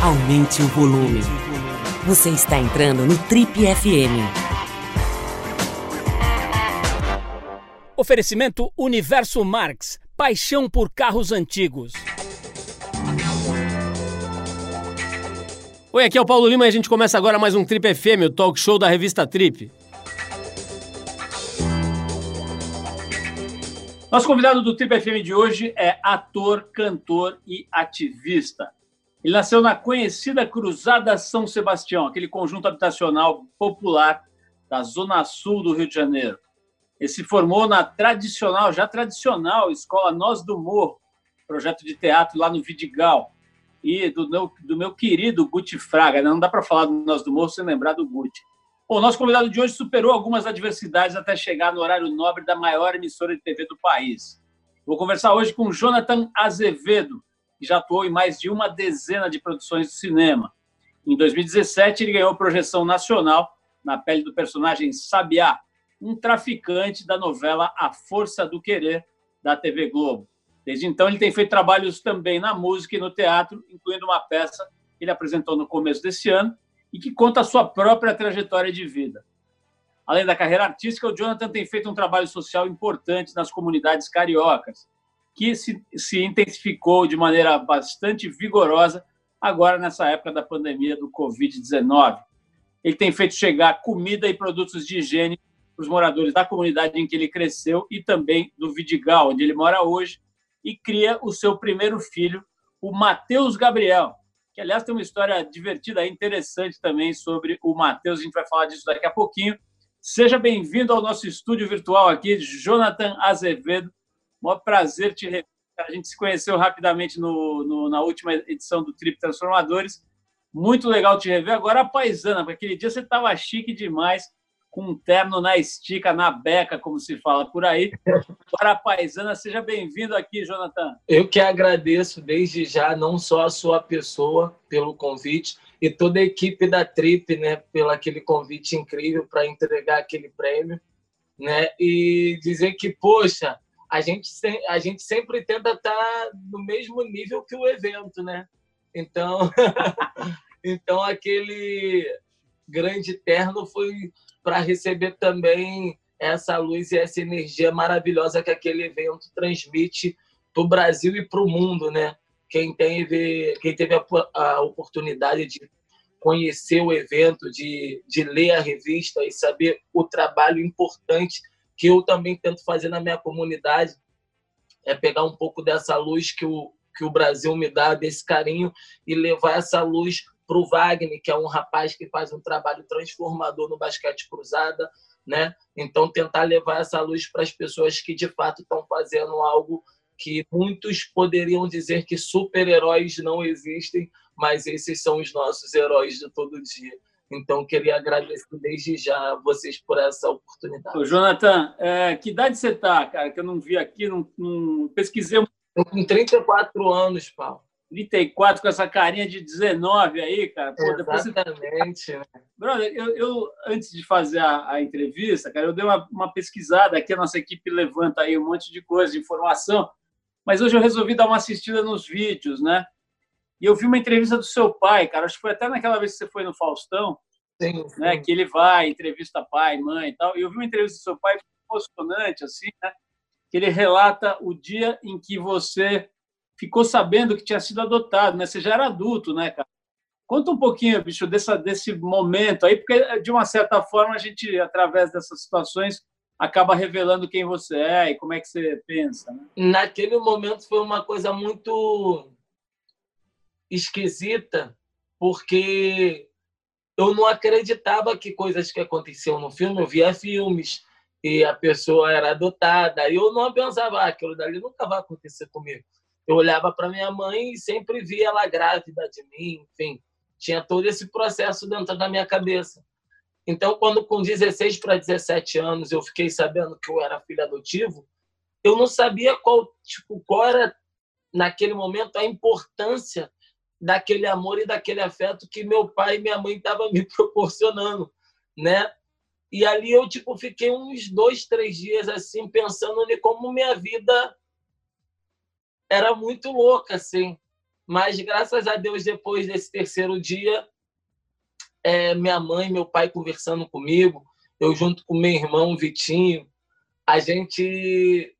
aumente o volume. Você está entrando no Trip FM. Oferecimento Universo Marx, paixão por carros antigos. Oi, aqui é o Paulo Lima e a gente começa agora mais um Trip FM, o talk show da revista Trip. Nosso convidado do Trip FM de hoje é ator, cantor e ativista. Ele nasceu na conhecida Cruzada São Sebastião, aquele conjunto habitacional popular da Zona Sul do Rio de Janeiro. Ele se formou na tradicional Escola Nós do Morro, projeto de teatro lá no Vidigal, e do meu querido Guti Fraga. Não dá para falar do Nós do Morro sem lembrar do Guti. Bom, nosso convidado de hoje superou algumas adversidades até chegar no horário nobre da maior emissora de TV do país. Vou conversar hoje com Jonathan Azevedo, que já atuou em mais de uma dezena de produções de cinema. Em 2017, ele ganhou projeção nacional na pele do personagem Sabiá, um traficante da novela A Força do Querer, da TV Globo. Desde então, ele tem feito trabalhos também na música e no teatro, incluindo uma peça que ele apresentou no começo desse ano e que conta a sua própria trajetória de vida. Além da carreira artística, o Jonathan tem feito um trabalho social importante nas comunidades cariocas, que se intensificou de maneira bastante vigorosa agora nessa época da pandemia do Covid-19. Ele tem feito chegar comida e produtos de higiene para os moradores da comunidade em que ele cresceu e também do Vidigal, onde ele mora hoje, e cria o seu primeiro filho, o Matheus Gabriel, que, aliás, tem uma história divertida e interessante também sobre o Matheus. A gente vai falar disso daqui a pouquinho. Seja bem-vindo ao nosso estúdio virtual aqui, Jonathan Azevedo. Maior prazer te rever. A gente se conheceu rapidamente na última edição do Trip Transformadores. Muito legal te rever. Agora a paisana, porque aquele dia você estava chique demais, com um terno na estica, na beca, como se fala por aí. Agora a paisana, seja bem-vindo aqui, Jonathan. Eu que agradeço desde já, não só a sua pessoa pelo convite, e toda a equipe da Trip, né, pelo aquele convite incrível para entregar aquele prêmio, né, e dizer que, poxa, a gente sempre tenta estar no mesmo nível que o evento, né? Então, então aquele grande terno foi para receber também essa luz e essa energia maravilhosa que aquele evento transmite para o Brasil e para o mundo, né? Quem teve a oportunidade de conhecer o evento, de ler a revista e saber o trabalho importante que eu também tento fazer na minha comunidade, é pegar um pouco dessa luz que o Brasil me dá, desse carinho, e levar essa luz para o Wagner, que é um rapaz que faz um trabalho transformador no basquete cruzada, né? Então, tentar levar essa luz para as pessoas que, de fato, estão fazendo algo que muitos poderiam dizer que super-heróis não existem, mas esses são os nossos heróis de todo dia. Então, queria agradecer desde já a vocês por essa oportunidade. Ô, Jonathan, que idade você está, cara? Que eu não vi aqui, não pesquisei. Estou com 34 anos, Paulo. 34, com essa carinha de 19 aí, cara. Pô, exatamente. Você... Brother, eu antes de fazer a entrevista, cara, eu dei uma pesquisada aqui, a nossa equipe levanta aí um monte de coisa, de informação, mas hoje eu resolvi dar uma assistida nos vídeos, né? E eu vi uma entrevista do seu pai, cara, acho que foi até naquela vez que você foi no Faustão, sim. Né? Que ele vai, entrevista pai, mãe e tal, e eu vi uma entrevista do seu pai emocionante, assim, né? Que ele relata o dia em que você ficou sabendo que tinha sido adotado, né? Você já era adulto, né, cara? Conta um pouquinho, bicho, desse momento aí, porque, de uma certa forma, a gente, através dessas situações, acaba revelando quem você é e como é que você pensa, né? Naquele momento foi uma coisa muito esquisita, porque eu não acreditava que coisas que aconteciam no filme, eu via filmes e a pessoa era adotada, e eu não pensava, aquilo dali nunca vai acontecer comigo. Eu olhava para minha mãe e sempre via ela grávida de mim, enfim, tinha todo esse processo dentro da minha cabeça. Então, quando com 16 para 17 anos eu fiquei sabendo que eu era filho adotivo, eu não sabia qual era, naquele momento, a importância daquele amor e daquele afeto que meu pai e minha mãe estavam me proporcionando, né? E ali eu fiquei uns 2, 3 dias assim pensando em como minha vida era muito louca, assim, Mas, graças a Deus, depois desse terceiro dia, minha mãe e meu pai conversando comigo, eu junto com meu irmão Vitinho, a gente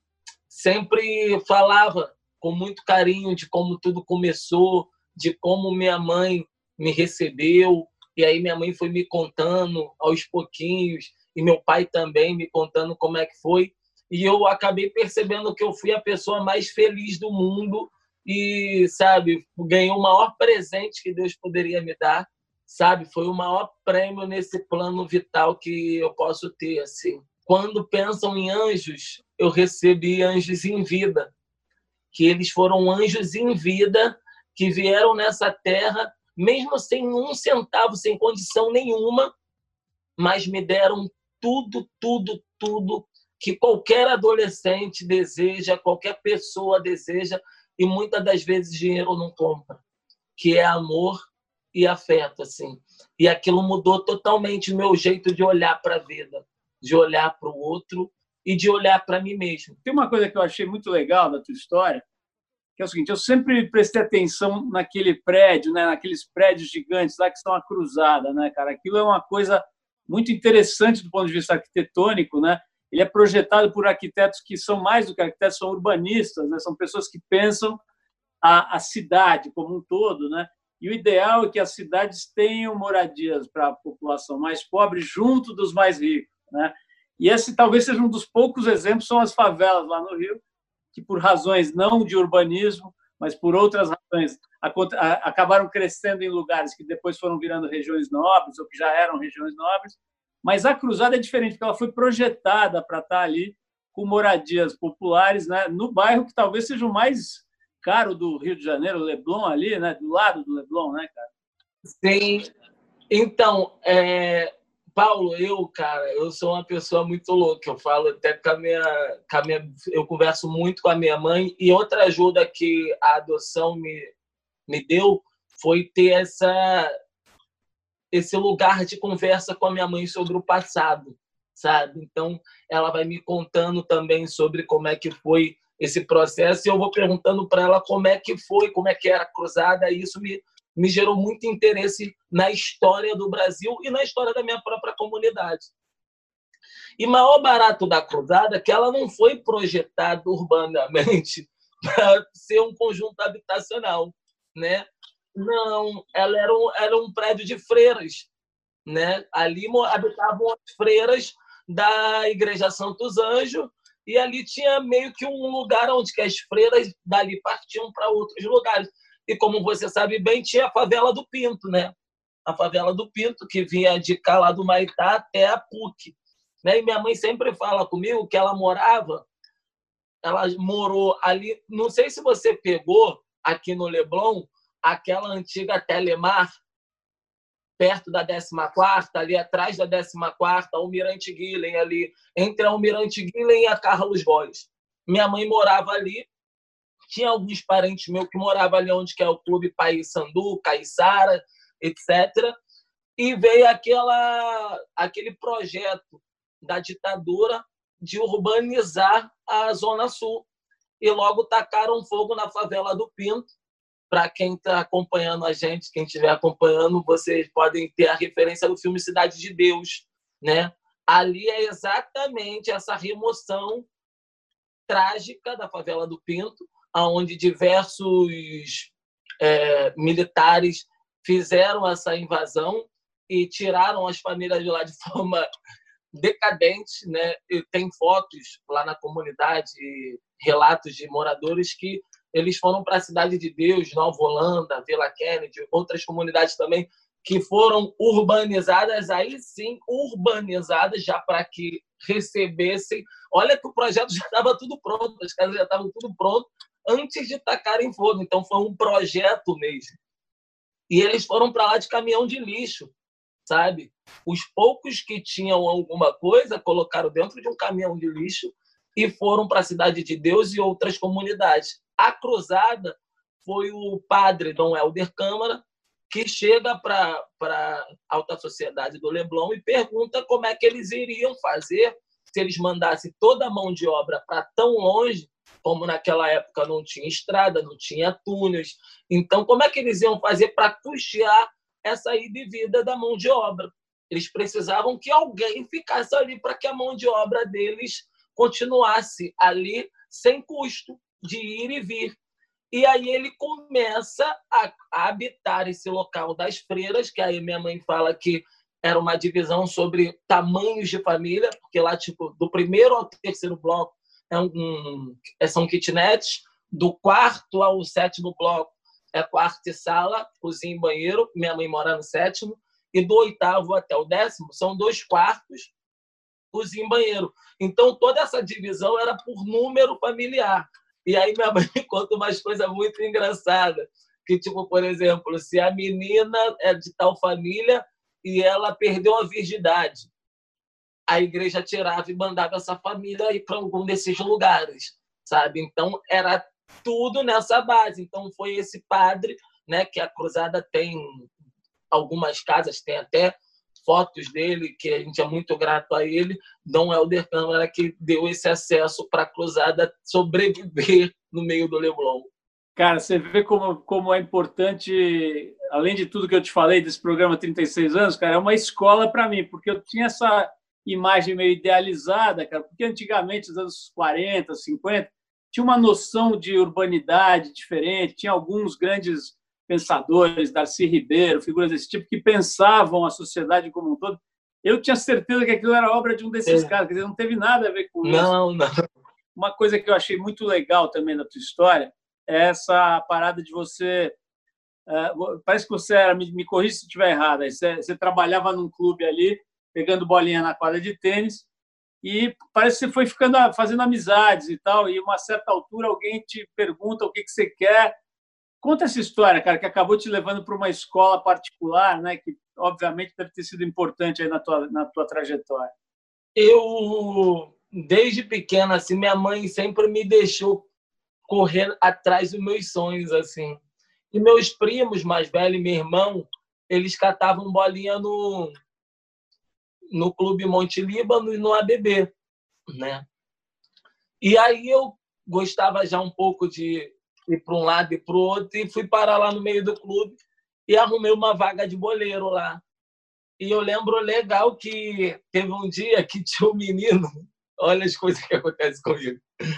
sempre falava com muito carinho de como tudo começou, de como minha mãe me recebeu, e aí minha mãe foi me contando aos pouquinhos, e meu pai também me contando como é que foi, e eu acabei percebendo que eu fui a pessoa mais feliz do mundo e, sabe, ganhei o maior presente que Deus poderia me dar, sabe? Foi o maior prêmio nesse plano vital que eu posso ter, assim. Quando pensam em anjos, eu recebi anjos em vida, que eles foram anjos em vida, que vieram nessa terra, mesmo sem um centavo, sem condição nenhuma, mas me deram tudo, tudo, tudo que qualquer adolescente deseja, qualquer pessoa deseja, e muitas das vezes dinheiro não compra, que é amor e afeto, assim. E aquilo mudou totalmente o meu jeito de olhar para a vida, de olhar para o outro e de olhar para mim mesmo. Tem uma coisa que eu achei muito legal da tua história, que é o seguinte: eu sempre prestei atenção naquele prédio, né, naqueles prédios gigantes lá que são a Cruzada, né, cara? Aquilo é uma coisa muito interessante do ponto de vista arquitetônico, né? Ele é projetado por arquitetos que são mais do que arquitetos, são urbanistas, né? São pessoas que pensam a cidade como um todo, né? E o ideal é que as cidades tenham moradias para a população mais pobre junto dos mais ricos, né? E esse talvez seja um dos poucos exemplos, são as favelas lá no Rio, que por razões não de urbanismo, mas por outras razões, acabaram crescendo em lugares que depois foram virando regiões nobres ou que já eram regiões nobres. Mas a Cruzada é diferente, porque ela foi projetada para estar ali com moradias populares, né, no bairro que talvez seja o mais caro do Rio de Janeiro, o Leblon ali, né, do lado do Leblon, né, cara? Sim. Então, Paulo, cara, eu sou uma pessoa muito louca. Eu falo até eu converso muito com a minha mãe, e outra ajuda que a adoção me deu foi ter esse lugar de conversa com a minha mãe sobre o passado, sabe? Então, ela vai me contando também sobre como é que foi esse processo, e eu vou perguntando para ela como é que foi, como é que era a Cruzada, e isso me gerou muito interesse na história do Brasil e na história da minha própria comunidade. E o maior barato da Cruzada é que ela não foi projetada urbanamente para ser um conjunto habitacional, né? Não, ela era um prédio de freiras, né? Ali habitavam as freiras da Igreja Santos Anjos, e ali tinha meio que um lugar onde que as freiras dali partiam para outros lugares. E como você sabe bem, tinha a favela do Pinto, né? A favela do Pinto, que vinha de cá lá do Maitá até a PUC. Né? E minha mãe sempre fala comigo que ela morou ali, não sei se você pegou aqui no Leblon, aquela antiga Telemar, perto da 14ª, ali atrás da 14ª, Almirante Guilhem, ali, entre a Almirante Guilhem e a Carlos Góes. Minha mãe morava ali, tinha alguns parentes meus que moravam ali onde que é o Clube Paissandu, Caiçara, etc. E veio aquele projeto da ditadura de urbanizar a Zona Sul. E logo tacaram fogo na favela do Pinto. Para quem está acompanhando a gente, quem estiver acompanhando, vocês podem ter a referência do filme Cidade de Deus, né? Ali é exatamente essa remoção trágica da favela do Pinto, onde diversos militares fizeram essa invasão e tiraram as famílias de lá de forma decadente, né? E tem fotos lá na comunidade, relatos de moradores que eles foram para a Cidade de Deus, Nova Holanda, Vila Kennedy, outras comunidades também que foram urbanizadas, aí sim, urbanizadas já para que recebessem. Olha que o projeto já estava tudo pronto, as casas já estavam tudo pronto antes de tacarem fogo. Então foi um projeto mesmo. E eles foram para lá de caminhão de lixo, sabe? Os poucos que tinham alguma coisa colocaram dentro de um caminhão de lixo e foram para a Cidade de Deus e outras comunidades. A Cruzada foi o padre Dom Helder Câmara, que chega para a alta sociedade do Leblon e pergunta como é que eles iriam fazer se eles mandassem toda a mão de obra para tão longe como naquela época não tinha estrada, não tinha túneis. Então, como é que eles iam fazer para custear essa ida e vida da mão de obra? Eles precisavam que alguém ficasse ali para que a mão de obra deles continuasse ali sem custo de ir e vir. E aí ele começa a habitar esse local das freiras, que aí minha mãe fala que era uma divisão sobre tamanhos de família, porque lá, tipo, do primeiro ao terceiro bloco são kitnets, do quarto ao sétimo bloco é quarto e sala, cozinha e banheiro, minha mãe mora no sétimo, e do oitavo até o 10º são 2 quartos, cozinha e banheiro. Então, toda essa divisão era por número familiar. E aí minha mãe me conta umas coisas muito engraçadas, que, tipo, por exemplo, se a menina é de tal família e ela perdeu a virgindade, a igreja tirava e mandava essa família ir para algum desses lugares, sabe? Então, era tudo nessa base. Então, foi esse padre, né, que a Cruzada tem algumas casas, tem até fotos dele, que a gente é muito grato a ele, Dom Helder Câmara, que deu esse acesso para a Cruzada sobreviver no meio do Leblon. Cara, você vê como é importante, além de tudo que eu te falei desse programa 36 anos, cara, é uma escola para mim, porque eu tinha essa imagem meio idealizada, cara, porque antigamente, nos anos 40, 50, tinha uma noção de urbanidade diferente, tinha alguns grandes pensadores, Darcy Ribeiro, figuras desse tipo, que pensavam a sociedade como um todo. Eu tinha certeza que aquilo era obra de um desses caras, quer dizer, não teve nada a ver com isso. Não. Uma coisa que eu achei muito legal também da tua história é essa parada de você... parece que você era, me corrija se estiver errado, você trabalhava num clube ali, pegando bolinha na quadra de tênis, e parece que você foi fazendo amizades e tal, e a uma certa altura alguém te pergunta o que você quer. Conta essa história, cara, que acabou te levando para uma escola particular, né, que obviamente deve ter sido importante aí na tua trajetória. Eu, desde pequena, assim, minha mãe sempre me deixou correr atrás dos meus sonhos, assim. E meus primos mais velhos, meu irmão, eles catavam bolinha no Clube Monte Líbano e no ABB, né? E aí eu gostava já um pouco de ir para um lado e para o outro e fui parar lá no meio do clube e arrumei uma vaga de boleiro lá. E eu lembro legal que teve um dia que tinha um menino, olha as coisas que acontecem comigo,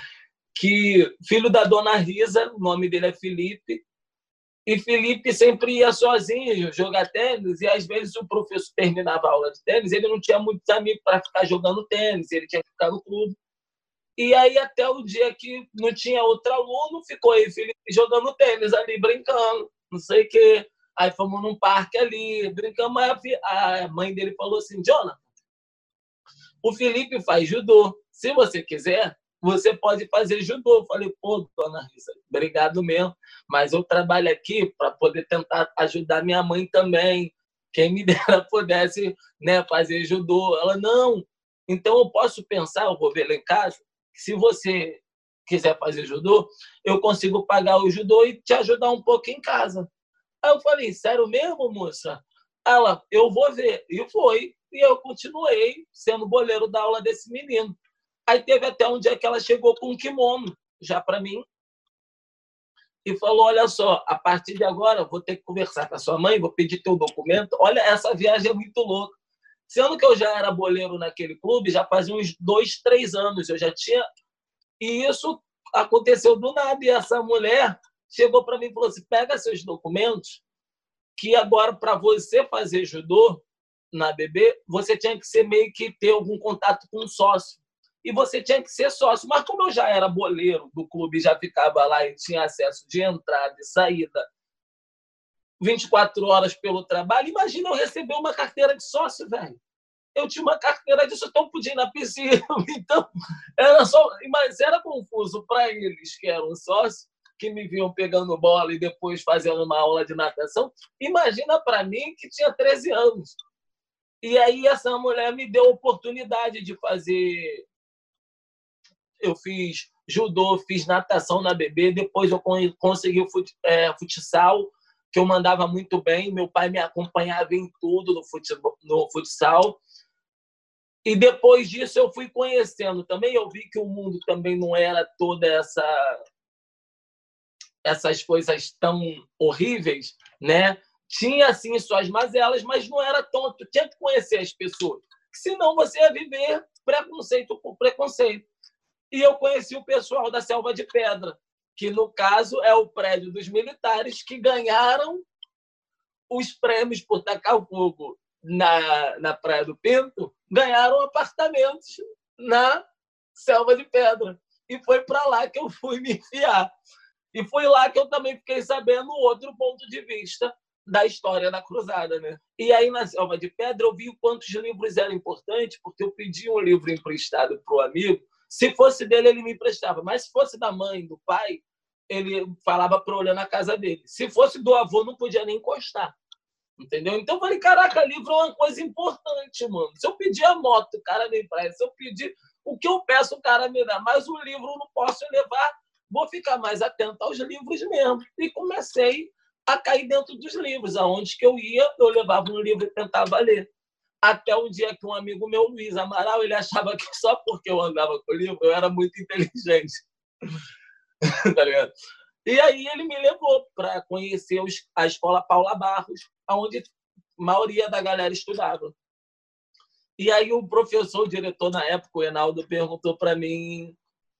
que filho da dona Risa, o nome dele é Felipe, e Felipe sempre ia sozinho jogar tênis, e às vezes o professor terminava a aula de tênis, ele não tinha muitos amigos para ficar jogando tênis, ele tinha que ficar no clube. E aí, até o dia que não tinha outro aluno, ficou aí Felipe jogando tênis ali, brincando, não sei o quê. Aí fomos num parque ali, brincamos, a mãe dele falou assim, Jonathan, o Felipe faz judô, se você quiser, você pode fazer judô. Eu falei, pô, dona Risa, obrigado mesmo, mas eu trabalho aqui para poder tentar ajudar minha mãe também, quem me dera pudesse, né, fazer judô. Ela, não, então eu posso pensar, eu vou ver lá em casa, que se você quiser fazer judô, eu consigo pagar o judô e te ajudar um pouco em casa. Aí eu falei, sério mesmo, moça? Ela, eu vou ver. E foi. E eu continuei sendo boleiro da aula desse menino. Aí teve até um dia que ela chegou com um kimono já para mim e falou, olha só, a partir de agora eu vou ter que conversar com a sua mãe, vou pedir teu documento. Olha, essa viagem é muito louca. Sendo que eu já era boleiro naquele clube, já fazia uns 2, 3 anos. Eu já tinha... E isso aconteceu do nada. E essa mulher chegou para mim e falou assim, pega seus documentos, que agora, para você fazer judô na BB, você tinha que ser meio que ter algum contato com um sócio. E você tinha que ser sócio. Mas como eu já era boleiro do clube, já ficava lá e tinha acesso de entrada e saída 24 horas pelo trabalho, imagina eu receber uma carteira de sócio, velho. Eu tinha uma carteira disso, então podia ir na piscina. Então, era só... Mas era confuso para eles, que eram sócios, que me viam pegando bola e depois fazendo uma aula de natação. Imagina para mim, que tinha 13 anos. E aí essa mulher me deu a oportunidade de fazer... Eu fiz judô, fiz natação na BB, depois eu consegui o futsal, que eu mandava muito bem. Meu pai me acompanhava em tudo no futsal. E depois disso eu fui conhecendo também, eu vi que o mundo também não era toda essas coisas tão horríveis, né? Tinha, assim, suas mazelas, mas não era tonto. Tinha que conhecer as pessoas, senão você ia viver preconceito por preconceito. E eu conheci o pessoal da Selva de Pedra, que, no caso, é o prédio dos militares que ganharam os prêmios por tacar fogo na Praia do Pinto, ganharam apartamentos na Selva de Pedra. E foi para lá que eu fui me enfiar. E foi lá que eu também fiquei sabendo outro ponto de vista da história da Cruzada, né? E aí, na Selva de Pedra, eu vi quantos livros eram importantes, porque eu pedi um livro emprestado para o amigo. Se fosse dele, ele me emprestava. Mas se fosse da mãe, do pai, ele falava para olhar na casa dele. Se fosse do avô, não podia nem encostar. Entendeu? Então eu falei, caraca, livro é uma coisa importante, mano. Se eu pedir a moto, o cara me empresta. Se eu pedir o que eu peço, o cara me dá. Mas o livro eu não posso levar. Vou ficar mais atento aos livros mesmo. E comecei a cair dentro dos livros. Aonde que eu ia, eu levava um livro e tentava ler. Até um dia que um amigo meu, Luiz Amaral, ele achava que só porque eu andava com o livro, eu era muito inteligente. Tá ligado? E aí ele me levou para conhecer a escola Paula Barros, onde a maioria da galera estudava. E aí o professor, o diretor na época, o Enaldo, perguntou para mim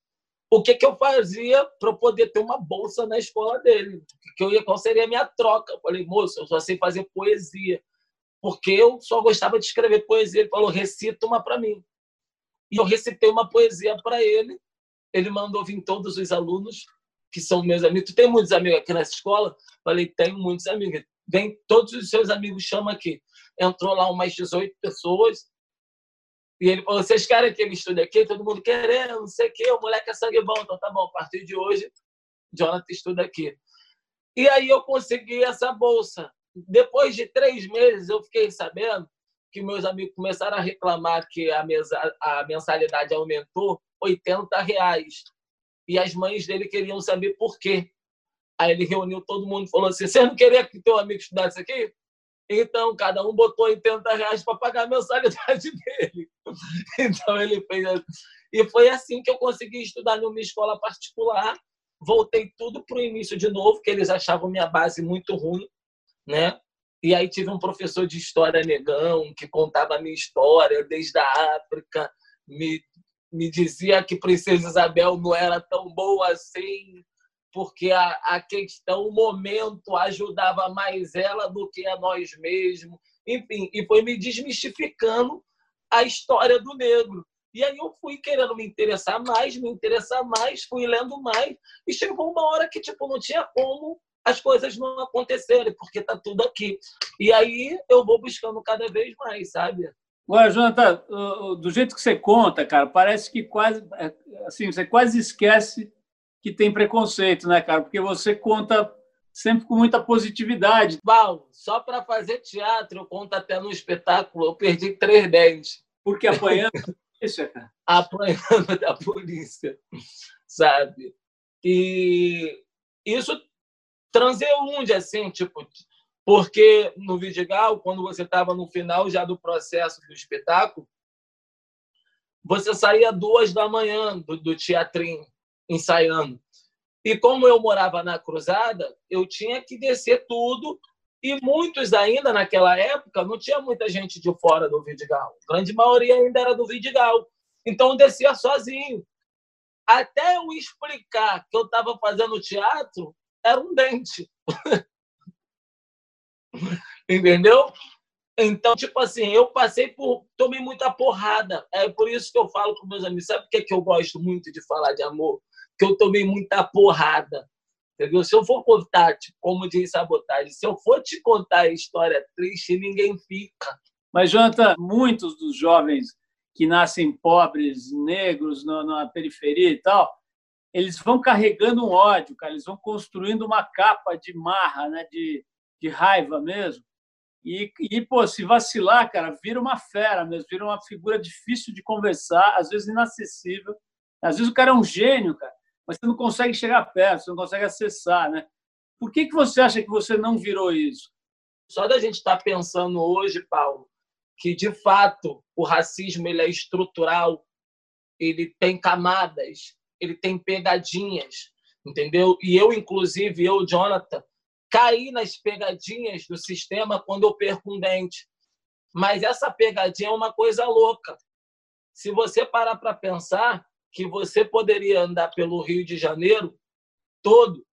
o que eu fazia para poder ter uma bolsa na escola dele, qual seria a minha troca. Eu falei, moço, eu só sei fazer poesia, porque eu só gostava de escrever poesia. Ele falou, recita uma para mim. E eu recitei uma poesia para ele. Ele mandou vir todos os alunos, que são meus amigos. Tu tem muitos amigos aqui nessa escola? Falei, tenho muitos amigos. Vem, todos os seus amigos, chama aqui. Entrou lá umas 18 pessoas. E ele falou, vocês querem que ele estude aqui? Todo mundo querendo, não sei o quê. O moleque é sangue bom. Então tá bom, a partir de hoje, Jonathan estuda aqui. E aí eu consegui essa bolsa. Depois de 3 meses, eu fiquei sabendo que meus amigos começaram a reclamar que a mensalidade aumentou R$80. E as mães dele queriam saber por quê. Aí ele reuniu todo mundo e falou assim, você não queria que teu amigo estudasse aqui? Então, cada um botou R$80 para pagar a mensalidade dele. Então, ele fez assim. E foi assim que eu consegui estudar numa escola particular. Voltei tudo para o início de novo, que eles achavam minha base muito ruim, né? E aí tive um professor de história negão, que contava a minha história desde a África, me dizia que Princesa Isabel não era tão boa assim, porque a questão, o momento ajudava mais ela do que a nós mesmos. Enfim, e foi me desmistificando a história do negro. E aí eu fui querendo me interessar mais, fui lendo mais, e chegou uma hora que tipo, não tinha como as coisas não acontecerem, porque está tudo aqui. E aí eu vou buscando cada vez mais, sabe? Ué, Jonathan, do jeito que você conta, cara, parece que quase, assim, você quase esquece que tem preconceito, né, cara? Porque você conta sempre com muita positividade. Paulo, só para fazer teatro, eu conto até no espetáculo, eu perdi 3 dentes. Porque apanhando isso, cara. Apanhando da polícia, sabe? E isso transeunde, assim, tipo, porque no Vidigal, quando você estava no final já do processo do espetáculo, você saía 2 da manhã do teatrinho, ensaiando. E como eu morava na Cruzada, eu tinha que descer tudo, e muitos ainda, naquela época, não tinha muita gente de fora do Vidigal. A grande maioria ainda era do Vidigal. Então, eu descia sozinho. Até eu explicar que eu estava fazendo teatro, era um dente. Entendeu? Então, tipo assim, eu tomei muita porrada. É por isso que eu falo com meus amigos. Sabe por que eu gosto muito de falar de amor? Porque eu tomei muita porrada. Entendeu? Se eu for contar, tipo, como diz Sabotagem, se eu for te contar a história triste, ninguém fica. Mas, Jonathan, muitos dos jovens que nascem pobres, negros, na periferia e tal, eles vão carregando um ódio, cara. Eles vão construindo uma capa de marra, né? de raiva mesmo. E, pô, se vacilar, cara, vira uma fera mesmo, vira uma figura difícil de conversar, às vezes inacessível. Às vezes o cara é um gênio, cara, mas você não consegue chegar perto, você não consegue acessar, né? Por que você acha que você não virou isso? Só da gente estar pensando hoje, Paulo, que, de fato, o racismo ele é estrutural, ele tem camadas, ele tem pegadinhas, entendeu? E eu, inclusive, Jonathan, caí nas pegadinhas do sistema quando eu perco um dente. Mas essa pegadinha é uma coisa louca. Se você parar para pensar que você poderia andar pelo Rio de Janeiro todo,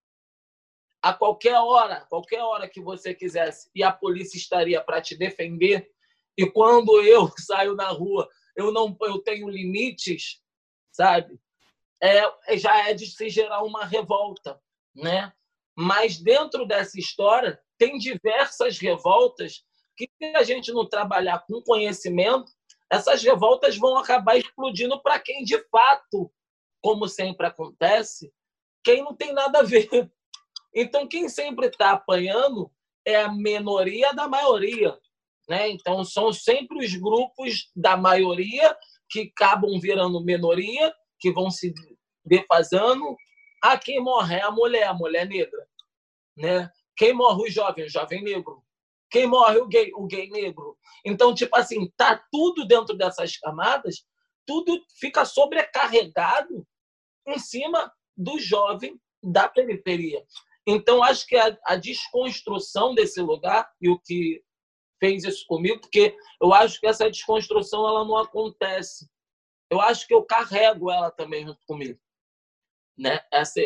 a qualquer hora que você quisesse, e a polícia estaria para te defender, e quando eu saio na rua, eu tenho limites, sabe? Já é de se gerar uma revolta, né? Mas dentro dessa história tem diversas revoltas que, se a gente não trabalhar com conhecimento, essas revoltas vão acabar explodindo para quem, de fato, como sempre acontece, quem não tem nada a ver. Então, quem sempre está apanhando é a minoria da maioria, né? Então, são sempre os grupos da maioria que acabam virando minoria, que vão se defasando. Quem morre é a mulher negra, né? Quem morre o jovem negro. Quem morre o gay negro. Então, tipo assim, tá tudo dentro dessas camadas, tudo fica sobrecarregado em cima do jovem da periferia. Então, acho que a desconstrução desse lugar, e o que fez isso comigo, porque eu acho que essa desconstrução ela não acontece. Eu acho que eu carrego ela também junto comigo, né?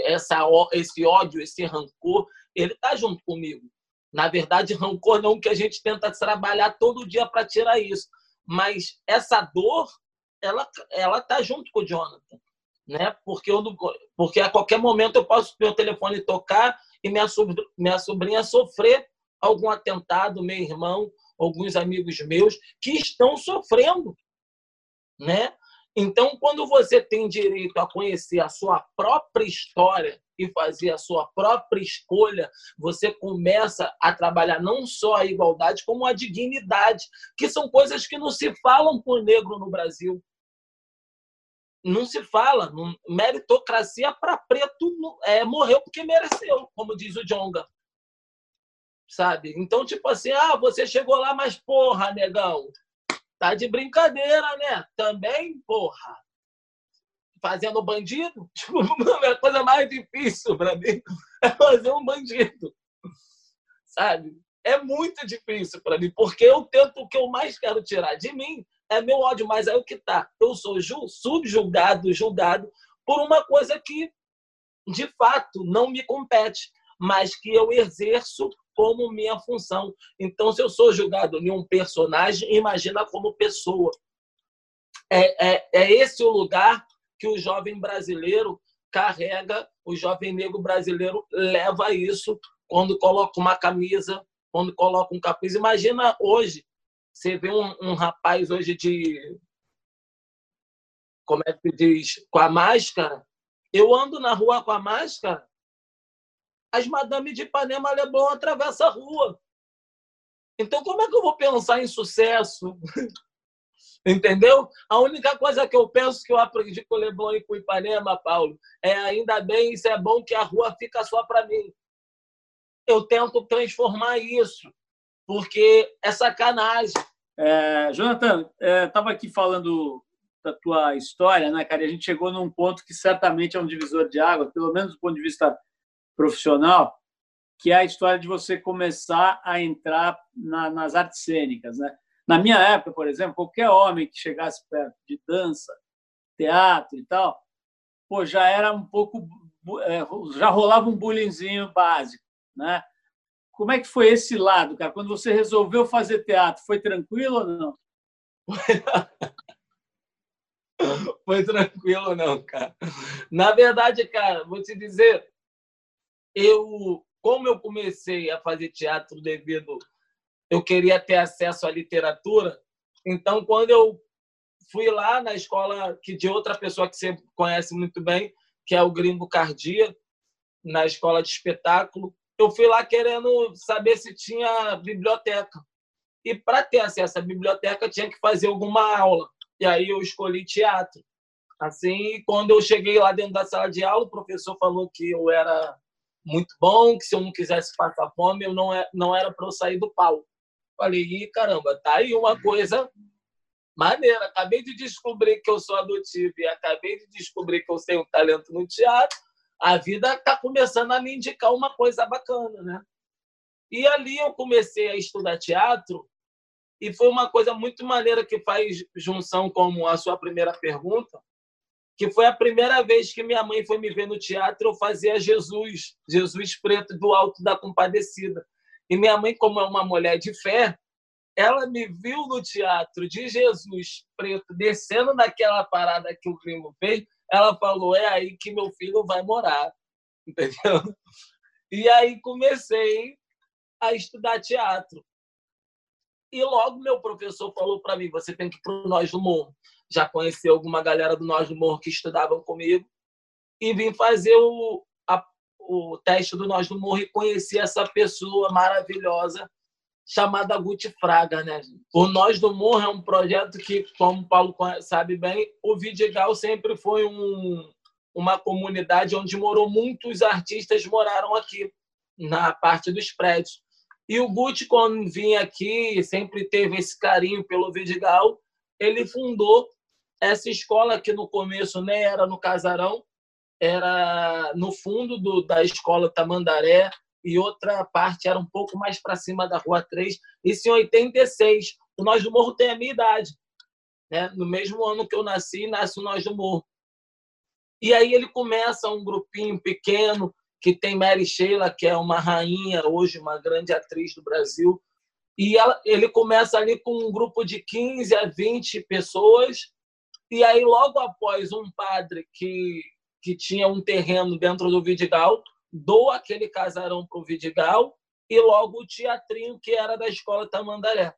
Esse ódio, esse rancor, ele está junto comigo. Na verdade, rancor não, que a gente tenta trabalhar todo dia para tirar isso. Mas essa dor, ela está junto com o Jonathan, né? Porque a qualquer momento eu posso ter o telefone tocar e minha sobrinha sofrer algum atentado, meu irmão, alguns amigos meus que estão sofrendo, né? Então, quando você tem direito a conhecer a sua própria história e fazer a sua própria escolha, você começa a trabalhar não só a igualdade, como a dignidade, que são coisas que não se falam por negro no Brasil. Não se fala. Meritocracia para preto morreu porque mereceu, como diz o Djonga. Sabe? Então, tipo assim, você chegou lá, mas porra, negão, tá de brincadeira, né? Também, porra. Fazendo bandido? A coisa mais difícil para mim é fazer um bandido. Sabe? É muito difícil para mim, porque eu tento, o que eu mais quero tirar de mim é meu ódio, mas é o que tá. Eu sou subjugado, julgado por uma coisa que, de fato, não me compete, mas que eu exerço como minha função. Então, se eu sou julgado em um personagem, imagina como pessoa. É esse o lugar que o jovem brasileiro carrega, o jovem negro brasileiro leva isso quando coloca uma camisa, quando coloca um capuz. Imagina hoje, você vê um rapaz hoje como é que diz, com a máscara. Eu ando na rua com a máscara, as madame de Ipanema Leblon atravessam a rua. Então, como é que eu vou pensar em sucesso? Entendeu? A única coisa que eu penso que eu aprendi com o Leblon e com o Ipanema, Paulo, ainda bem, isso é bom que a rua fica só para mim. Eu tento transformar isso, porque é sacanagem. Jonathan, estava aqui falando da tua história, né, cara? E a gente chegou num ponto que certamente é um divisor de água, pelo menos do ponto de vista profissional, que é a história de você começar a entrar nas artes cênicas, né? Na minha época, por exemplo, qualquer homem que chegasse perto de dança, teatro e tal, pô, já era um pouco, já rolava um bullyingzinho básico, né? Como é que foi esse lado, cara? Quando você resolveu fazer teatro, foi tranquilo ou não? Foi tranquilo, não, cara. Na verdade, cara, vou te dizer, como eu comecei a fazer teatro eu queria ter acesso à literatura, então, quando eu fui lá na escola de outra pessoa que você conhece muito bem, que é o Gringo Cardia, na escola de espetáculo, eu fui lá querendo saber se tinha biblioteca. E para ter acesso à biblioteca, tinha que fazer alguma aula. E aí eu escolhi teatro. Assim, quando eu cheguei lá dentro da sala de aula, o professor falou que eu era muito bom, que se eu não quisesse passar fome, eu não era para eu sair do palco. Falei, ih, caramba, tá aí uma coisa maneira. Acabei de descobrir que eu sou adotivo e acabei de descobrir que eu tenho um talento no teatro. A vida está começando a me indicar uma coisa bacana, né? E ali eu comecei a estudar teatro e foi uma coisa muito maneira que faz junção com a sua primeira pergunta, que foi a primeira vez que minha mãe foi me ver no teatro, eu fazia Jesus Preto do Alto da Compadecida. E minha mãe, como é uma mulher de fé, ela me viu no teatro de Jesus Preto, descendo naquela parada que o Gringo fez, ela falou, é aí que meu filho vai morar, entendeu? E aí comecei a estudar teatro. E logo meu professor falou para mim, você tem que ir para o Nós do Morro. Já conheci alguma galera do Nós do Morro que estudavam comigo e vim fazer o teste do Nós do Morro e conheci essa pessoa maravilhosa chamada Guti Fraga, né? O Nós do Morro é um projeto que, como o Paulo sabe bem, o Vidigal sempre foi uma comunidade onde morou muitos artistas, moraram aqui, na parte dos prédios. E o Guti, quando vinha aqui, sempre teve esse carinho pelo Vidigal, ele fundou essa escola que no começo nem era no Casarão, era no fundo da escola Tamandaré, e outra parte era um pouco mais para cima da Rua 3, isso em 86. O Nós do Morro tem a minha idade, né? No mesmo ano que eu nasci, nasce o Nós do Morro. E aí ele começa um grupinho pequeno, que tem Mary Sheila, que é uma rainha, hoje uma grande atriz do Brasil, e ele começa ali com um grupo de 15 a 20 pessoas, e aí logo após um padre que tinha um terreno dentro do Vidigal, doa aquele casarão para o Vidigal, e logo o teatrinho, que era da Escola Tamandaré.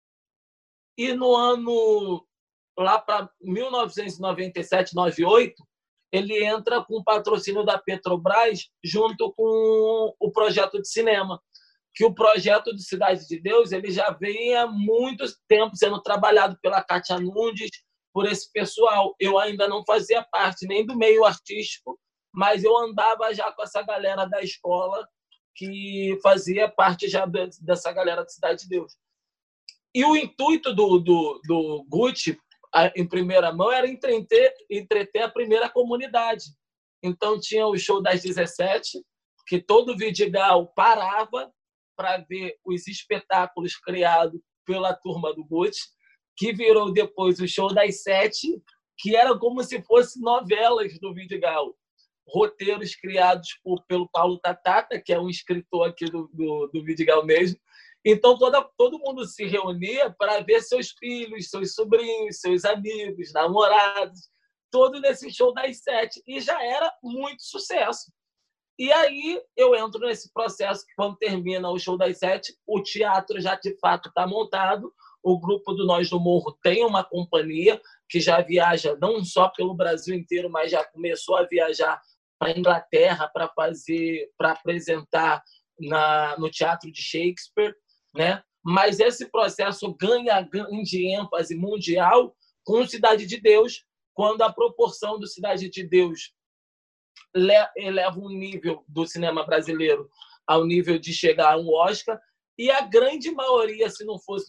E no ano, lá para 1997, 98, ele entra com o patrocínio da Petrobras junto com o projeto de cinema, que o projeto de Cidade de Deus ele já vem há muito tempo sendo trabalhado pela Kátia Nunes, por esse pessoal. Eu ainda não fazia parte nem do meio artístico, mas eu andava já com essa galera da escola que fazia parte já dessa galera de Cidade de Deus. E o intuito do Guti, em primeira mão, era entreter a primeira comunidade. Então, tinha o show das 17, que todo Vidigal parava para ver os espetáculos criados pela turma do Guti, que virou depois o show das 7, que era como se fossem novelas do Vidigal. Roteiros criados pelo Paulo Tatata, que é um escritor aqui do Vidigal mesmo. Então, todo mundo se reunia para ver seus filhos, seus sobrinhos, seus amigos, namorados, todo nesse show das 7. E já era muito sucesso. E aí eu entro nesse processo que, quando termina o show das 7, o teatro já, de fato, está montado. O grupo do Nós do Morro tem uma companhia que já viaja não só pelo Brasil inteiro, mas já começou a viajar para a Inglaterra para apresentar no Teatro de Shakespeare, né? Mas esse processo ganha grande ênfase mundial com Cidade de Deus, quando a proporção do Cidade de Deus eleva um nível do cinema brasileiro ao nível de chegar a um Oscar, e a grande maioria, se não fosse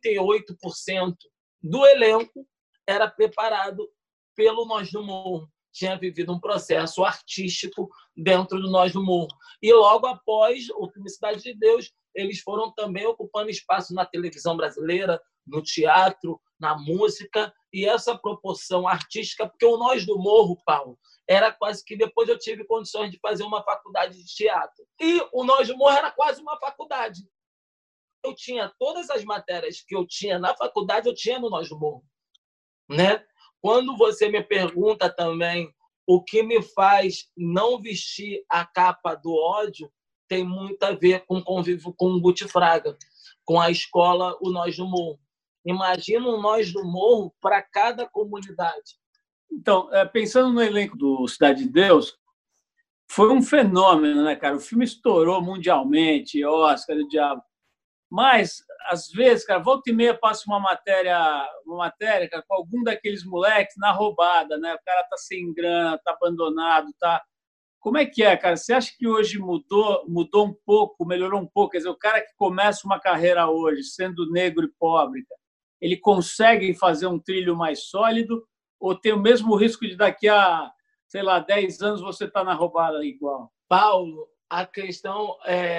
98% do elenco, era preparado pelo Nós do Morro. Tinha vivido um processo artístico dentro do Nós do Morro. E logo após o filme Cidade de Deus, eles foram também ocupando espaço na televisão brasileira, no teatro, na música, e essa proporção artística, porque o Nós do Morro, Paulo, era quase que... Depois eu tive condições de fazer uma faculdade de teatro. E o Nós do Morro era quase uma faculdade. Eu tinha todas as matérias que eu tinha na faculdade, eu tinha no Nós do Morro, né? Quando você me pergunta também o que me faz não vestir a capa do ódio, tem muito a ver com o convívio com o Guti Fraga, com a escola O Nós do Morro. Imagina um Nós do Morro para cada comunidade. Então, pensando no elenco do Cidade de Deus, foi um fenômeno, né, cara? O filme estourou mundialmente, Oscar, o diabo. Mas, às vezes, cara, volta e meia passa uma matéria, cara, com algum daqueles moleques na roubada, né? O cara tá sem grana, tá abandonado, tá Como é que é, cara? Você acha que hoje mudou um pouco, melhorou um pouco? Quer dizer, o cara que começa uma carreira hoje, sendo negro e pobre, ele consegue fazer um trilho mais sólido ou tem o mesmo risco de daqui a, sei lá, 10 anos você estar na roubada igual? Paulo, a questão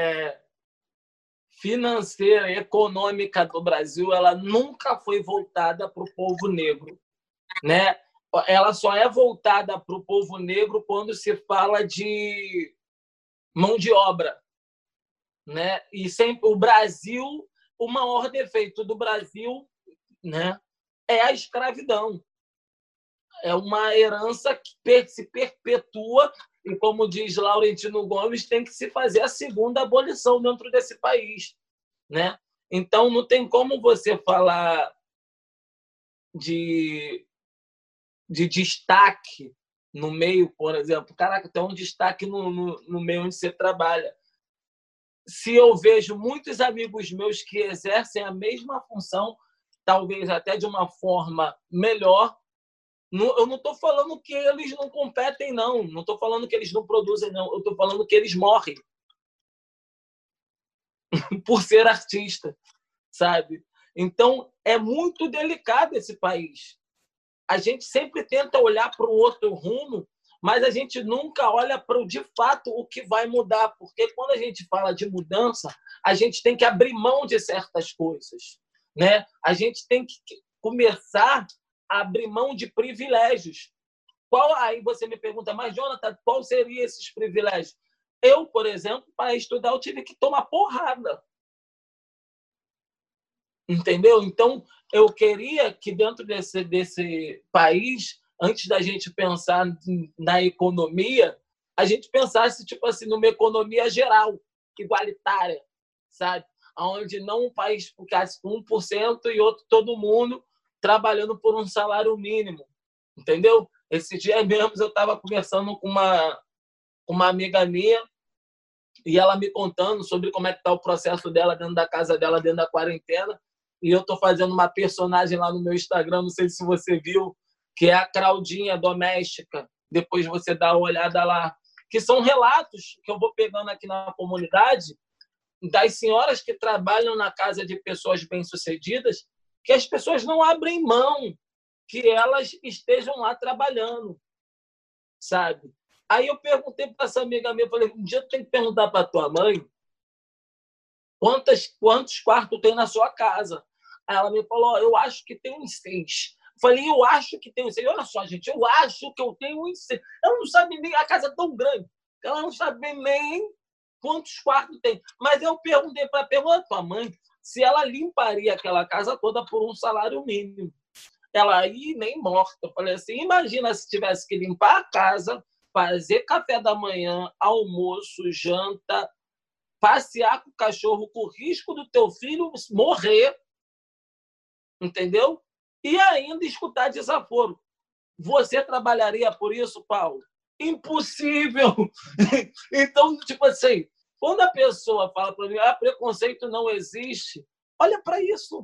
financeira e econômica do Brasil, ela nunca foi voltada para o povo negro, né? Ela só é voltada para o povo negro quando se fala de mão de obra, né? E sempre o Brasil, o maior defeito do Brasil, né, é a escravidão. É uma herança que se perpetua e, como diz Laurentino Gomes, tem que se fazer a segunda abolição dentro desse país, né? Então, não tem como você falar de destaque no meio, por exemplo. Caraca, tem um destaque no meio onde você trabalha. Se eu vejo muitos amigos meus que exercem a mesma função, talvez até de uma forma melhor, eu não estou falando que eles não competem, não. Não estou falando que eles não produzem, não. Eu estou falando que eles morrem por ser artista, sabe? Então, é muito delicado esse país. A gente sempre tenta olhar para o outro rumo, mas a gente nunca olha para de fato o que vai mudar, porque quando a gente fala de mudança, a gente tem que abrir mão de certas coisas, né? A gente tem que começar a abrir mão de privilégios. Aí você me pergunta, mas Jonathan, qual seriam esses privilégios? Eu, por exemplo, para estudar, eu tive que tomar porrada. Entendeu? Então, eu queria que dentro desse país, antes da gente pensar na economia, a gente pensasse tipo assim, numa economia geral, igualitária, sabe? Onde não um país ficasse com 1% e outro todo mundo trabalhando por um salário mínimo, entendeu? Esse dia mesmo eu estava conversando com uma amiga minha e ela me contando sobre como é que está o processo dela dentro da casa dela, dentro da quarentena. E eu estou fazendo uma personagem lá no meu Instagram, não sei se você viu, que é a Claudinha doméstica. Depois você dá uma olhada lá. Que são relatos que eu vou pegando aqui na comunidade das senhoras que trabalham na casa de pessoas bem-sucedidas, que as pessoas não abrem mão que elas estejam lá trabalhando, sabe? Aí eu perguntei para essa amiga minha, falei, um dia tu tem que perguntar para tua mãe quantos quartos tem na sua casa. Aí ela me falou, eu acho que tem uns 6. Eu falei, eu acho que tem uns 6. Olha só, gente, eu acho que eu tenho uns 6. Ela não sabe nem, a casa é tão grande, ela não sabe nem quantos quartos tem. Mas eu perguntei para a tua mãe se ela limparia aquela casa toda por um salário mínimo. Ela aí nem morta. Eu falei assim, imagina se tivesse que limpar a casa, fazer café da manhã, almoço, janta, passear com o cachorro com o risco do teu filho morrer, entendeu? E ainda escutar desaforo. Você trabalharia por isso, Paulo? Impossível! Então, tipo assim, quando a pessoa fala para mim, preconceito não existe, olha para isso.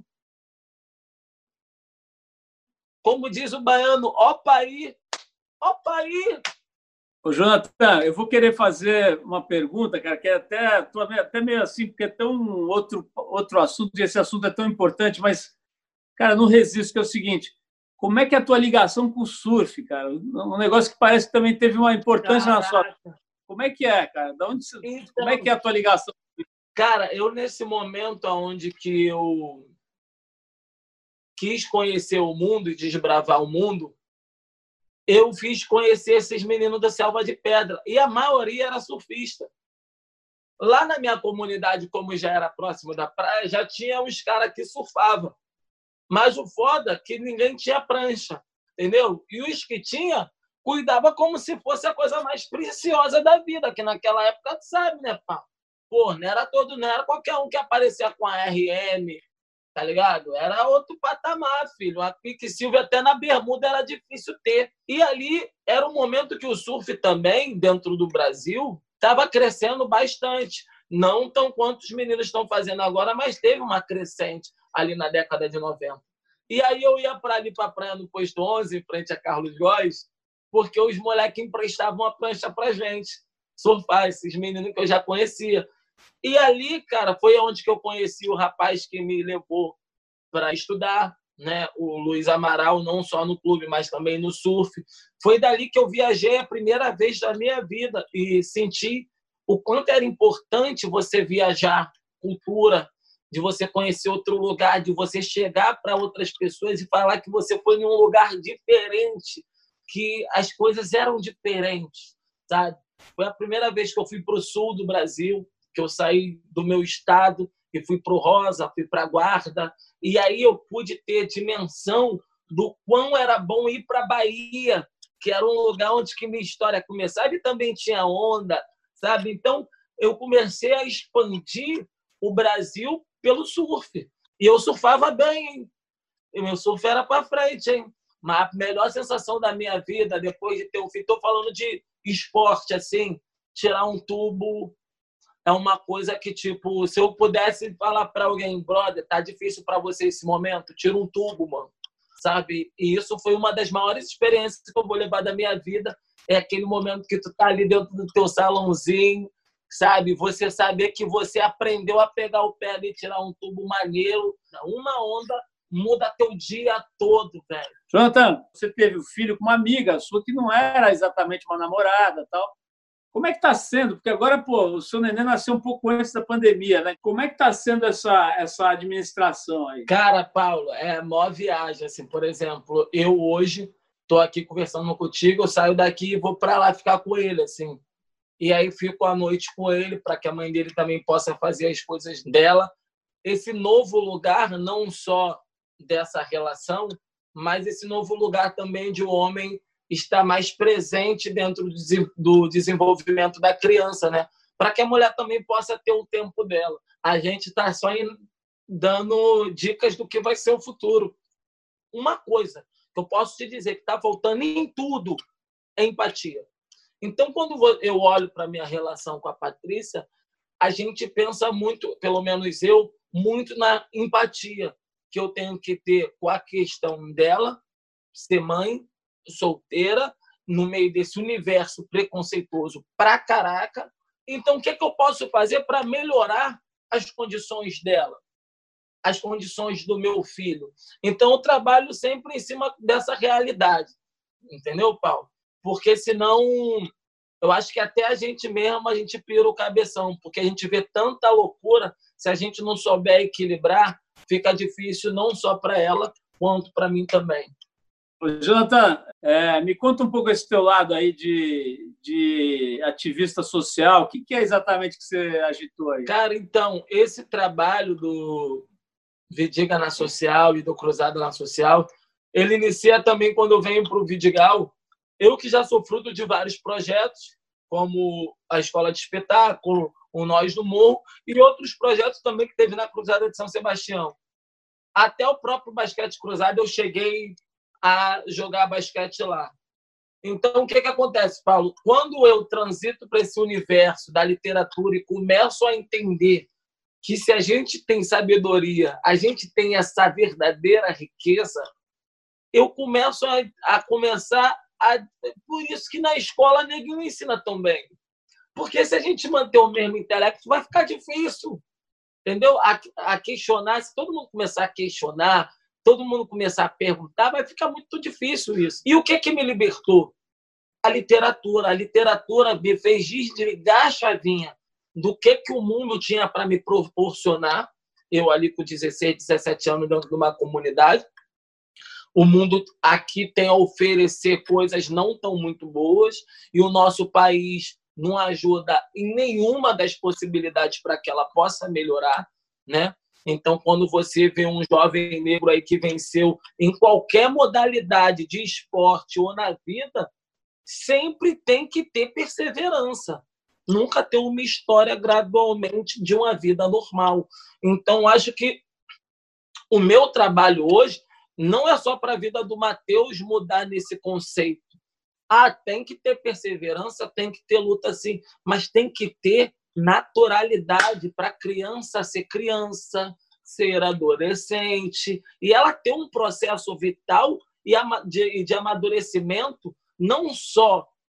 Como diz o baiano, opa aí, opa aí. Ô, Jonathan, eu vou querer fazer uma pergunta, cara, que é até meio assim, porque é tão outro assunto, e esse assunto é tão importante, mas, cara, não resisto, que é o seguinte, como é que é a tua ligação com o surf, cara? Um negócio que parece que também teve uma importância na sua vida. Como é que é, cara? Como é que é a tua ligação? Cara, eu nesse momento onde que eu quis conhecer o mundo e desbravar o mundo, eu fiz conhecer esses meninos da Selva de Pedra, e a maioria era surfista. Lá na minha comunidade, como já era próximo da praia, já tinha uns caras que surfavam. Mas o foda é que ninguém tinha prancha, entendeu? E os que tinha, cuidava como se fosse a coisa mais preciosa da vida, que naquela época, sabe, né, pá? Pô, não era qualquer um que aparecia com a RM, tá ligado? Era outro patamar, filho. A Quicksilver até na bermuda era difícil ter. E ali era um momento que o surf também, dentro do Brasil, estava crescendo bastante. Não tão quanto os meninos estão fazendo agora, mas teve uma crescente ali na década de 90. E aí eu ia para ali, para a praia no Posto 11, em frente a Carlos Góes, porque os moleques emprestavam a prancha para gente. surfar, esses meninos que eu já conhecia. E ali, cara, foi onde que eu conheci o rapaz que me levou para estudar, né? O Luiz Amaral, não só no clube, mas também no surf. Foi dali que eu viajei a primeira vez da minha vida e senti o quanto era importante você viajar, cultura, de você conhecer outro lugar, de você chegar para outras pessoas e falar que você foi em um lugar diferente, que as coisas eram diferentes, sabe? Foi a primeira vez que eu fui para o sul do Brasil, que eu saí do meu estado e fui para o Rosa, fui para a Guarda, e aí eu pude ter dimensão do quão era bom ir para a Bahia, que era um lugar onde que minha história começava e também tinha onda, sabe? Então, eu comecei a expandir o Brasil pelo surf. E eu surfava bem, hein? E meu surf era para frente, hein? Mas a melhor sensação da minha vida, depois de ter um filho, estou falando de esporte, assim, tirar um tubo é uma coisa que, tipo, se eu pudesse falar para alguém, brother, tá difícil para você esse momento, tira um tubo, mano, sabe? E isso foi uma das maiores experiências que eu vou levar da minha vida, é aquele momento que tu tá ali dentro do teu salãozinho, sabe? Você saber que você aprendeu a pegar o pé ali e tirar um tubo maneiro, uma onda muda teu dia todo, velho. Jonathan, você teve um filho com uma amiga sua que não era exatamente uma namorada, tal. Como é que está sendo? Porque agora, pô, o seu neném nasceu um pouco antes da pandemia, né? Como é que está sendo essa administração aí? Cara, Paulo, é a maior viagem. Assim, por exemplo, eu hoje estou aqui conversando contigo, eu saio daqui e vou para lá ficar com ele, assim. E aí fico à noite com ele para que a mãe dele também possa fazer as coisas dela. Esse novo lugar, não só dessa relação, mas esse novo lugar também de o homem estar mais presente dentro do desenvolvimento da criança, né? Para que a mulher também possa ter o tempo dela. A gente está só dando dicas do que vai ser o futuro. Uma coisa que eu posso te dizer que está faltando em tudo é empatia. Então, quando eu olho para a minha relação com a Patrícia, a gente pensa muito, pelo menos eu, muito na empatia que eu tenho que ter com a questão dela, ser mãe, solteira, no meio desse universo preconceituoso pra caraca. Então, o que eu posso fazer para melhorar as condições dela, as condições do meu filho? Então, eu trabalho sempre em cima dessa realidade, entendeu, Paulo? Porque senão, eu acho que até a gente mesmo, a gente pira o cabeção, porque a gente vê tanta loucura, se a gente não souber equilibrar, fica difícil não só para ela, quanto para mim também. Jonathan, me conta um pouco esse teu lado aí de ativista social. O que é exatamente que você agitou aí? Cara, então, esse trabalho do Vidiga na Social e do Cruzada na Social, ele inicia também quando eu venho para o Vidigal. Eu que já sou fruto de vários projetos, como a Escola de Espetáculo, o Nós do Morro, e outros projetos também que teve na Cruzada de São Sebastião. Até o próprio basquete cruzado eu cheguei a jogar basquete lá. Então, o que acontece, Paulo? Quando eu transito para esse universo da literatura e começo a entender que se a gente tem sabedoria, a gente tem essa verdadeira riqueza, eu começo a começar a... Por isso que na escola ninguém não ensina tão bem. Porque se a gente manter o mesmo intelecto, vai ficar difícil. Entendeu? A questionar, se todo mundo começar a questionar, todo mundo começar a perguntar, vai ficar muito difícil isso. E o que me libertou? A literatura. A literatura me fez desligar a chavinha do que o mundo tinha para me proporcionar. Eu ali com 16, 17 anos dentro de uma comunidade. O mundo aqui tem a oferecer coisas não tão muito boas e o nosso país não ajuda em nenhuma das possibilidades para que ela possa melhorar, né? Então, quando você vê um jovem negro aí que venceu em qualquer modalidade de esporte ou na vida, sempre tem que ter perseverança. Nunca ter uma história gradualmente de uma vida normal. Então, acho que o meu trabalho hoje não é só para a vida do Matheus mudar nesse conceito. Tem que ter perseverança, tem que ter luta, sim, mas tem que ter naturalidade para a criança ser criança, ser adolescente, e ela ter um processo vital e de amadurecimento, não só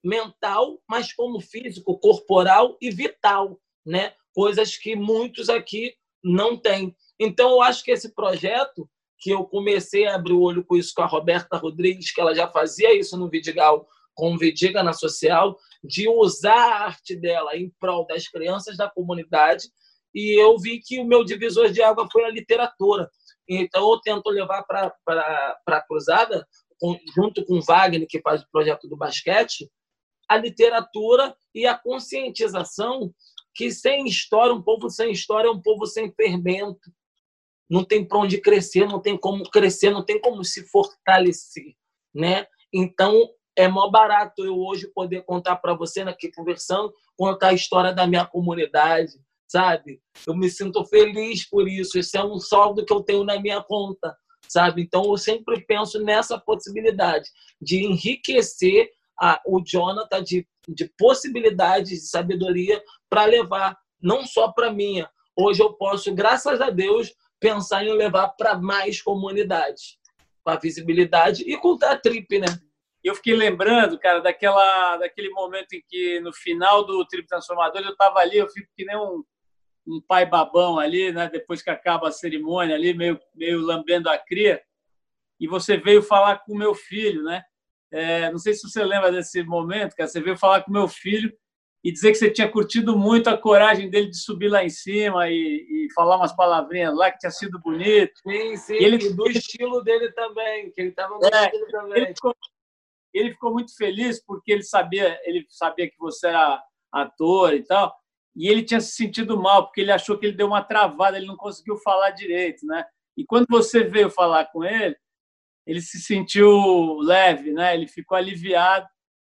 mental, mas como físico, corporal e vital, né? Coisas que muitos aqui não têm. Então, eu acho que esse projeto, que eu comecei a abrir o olho com isso com a Roberta Rodrigues, que ela já fazia isso no Vidigal, com o Vidiga na Social, de usar a arte dela em prol das crianças da comunidade, e eu vi que o meu divisor de água foi a literatura. Então, eu tento levar para a Cruzada, junto com o Wagner, que faz o projeto do basquete, a literatura e a conscientização que sem história, um povo sem história é um povo sem fermento. Não tem para onde crescer, não tem como crescer, não tem como se fortalecer, né? Então, é mó barato eu hoje poder contar para você, aqui conversando, contar a história da minha comunidade, sabe? Eu me sinto feliz por isso. Esse é um saldo que eu tenho na minha conta, sabe? Então, eu sempre penso nessa possibilidade de enriquecer o Jonathan de possibilidades de sabedoria para levar, não só para minha. Hoje eu posso, graças a Deus, pensar em levar para mais comunidades, com a visibilidade e contar a Trip, né? Eu fiquei lembrando, cara, daquele momento em que, no final do Trip Transformador, eu estava ali, eu fico que nem um pai babão ali, né? Depois que acaba a cerimônia ali, meio lambendo a cria, e você veio falar com o meu filho, né? Não sei se você lembra desse momento, cara. Você veio falar com o meu filho e dizer que você tinha curtido muito a coragem dele de subir lá em cima e falar umas palavrinhas lá, que tinha sido bonito. Sim. E do estilo dele também, que ele estava no estilo também. Ele ficou muito feliz porque ele sabia que você era ator e tal, e ele tinha se sentido mal, porque ele achou que ele deu uma travada, ele não conseguiu falar direito, né? E quando você veio falar com ele se sentiu leve, né? Ele ficou aliviado.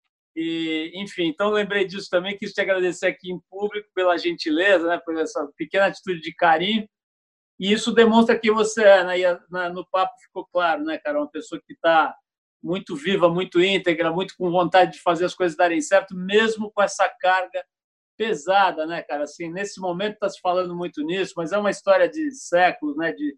E, enfim, então lembrei disso também, quis te agradecer aqui em público pela gentileza, né? Por essa pequena atitude de carinho. E isso demonstra que você é, né? E no papo ficou claro, né, cara? Uma pessoa que está muito viva, muito íntegra, muito com vontade de fazer as coisas darem certo, mesmo com essa carga pesada, né, cara? Assim, nesse momento está se falando muito nisso, mas é uma história de séculos, né? De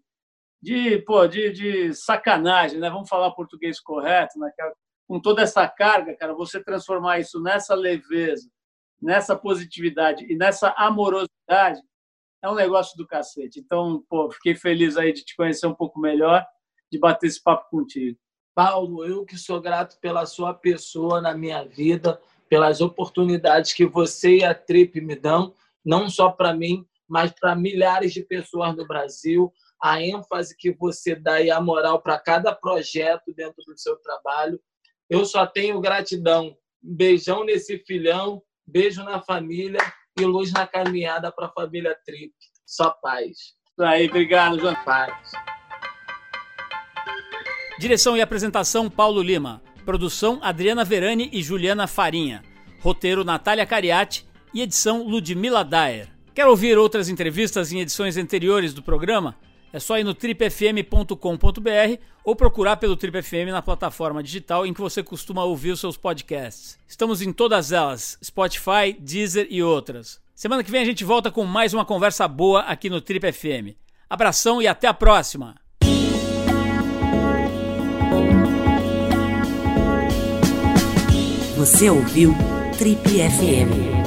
sacanagem, né? Vamos falar português correto, né? Com toda essa carga, cara, você transformar isso nessa leveza, nessa positividade e nessa amorosidade é um negócio do cacete. Então, fiquei feliz aí de te conhecer um pouco melhor, de bater esse papo contigo. Paulo, eu que sou grato pela sua pessoa na minha vida, pelas oportunidades que você e a Trip me dão, não só para mim, mas para milhares de pessoas no Brasil. A ênfase que você dá e a moral para cada projeto dentro do seu trabalho. Eu só tenho gratidão. Beijão nesse filhão, beijo na família e luz na caminhada para a família Trip. Só paz. Isso aí, obrigado, João. Paz. Direção e apresentação, Paulo Lima. Produção, Adriana Verani e Juliana Farinha. Roteiro, Natália Cariati e edição, Ludmila Daer. Quer ouvir outras entrevistas em edições anteriores do programa? É só ir no tripfm.com.br ou procurar pelo Trip FM na plataforma digital em que você costuma ouvir os seus podcasts. Estamos em todas elas, Spotify, Deezer e outras. Semana que vem a gente volta com mais uma conversa boa aqui no Trip FM. Abração e até a próxima! Você ouviu Trip FM.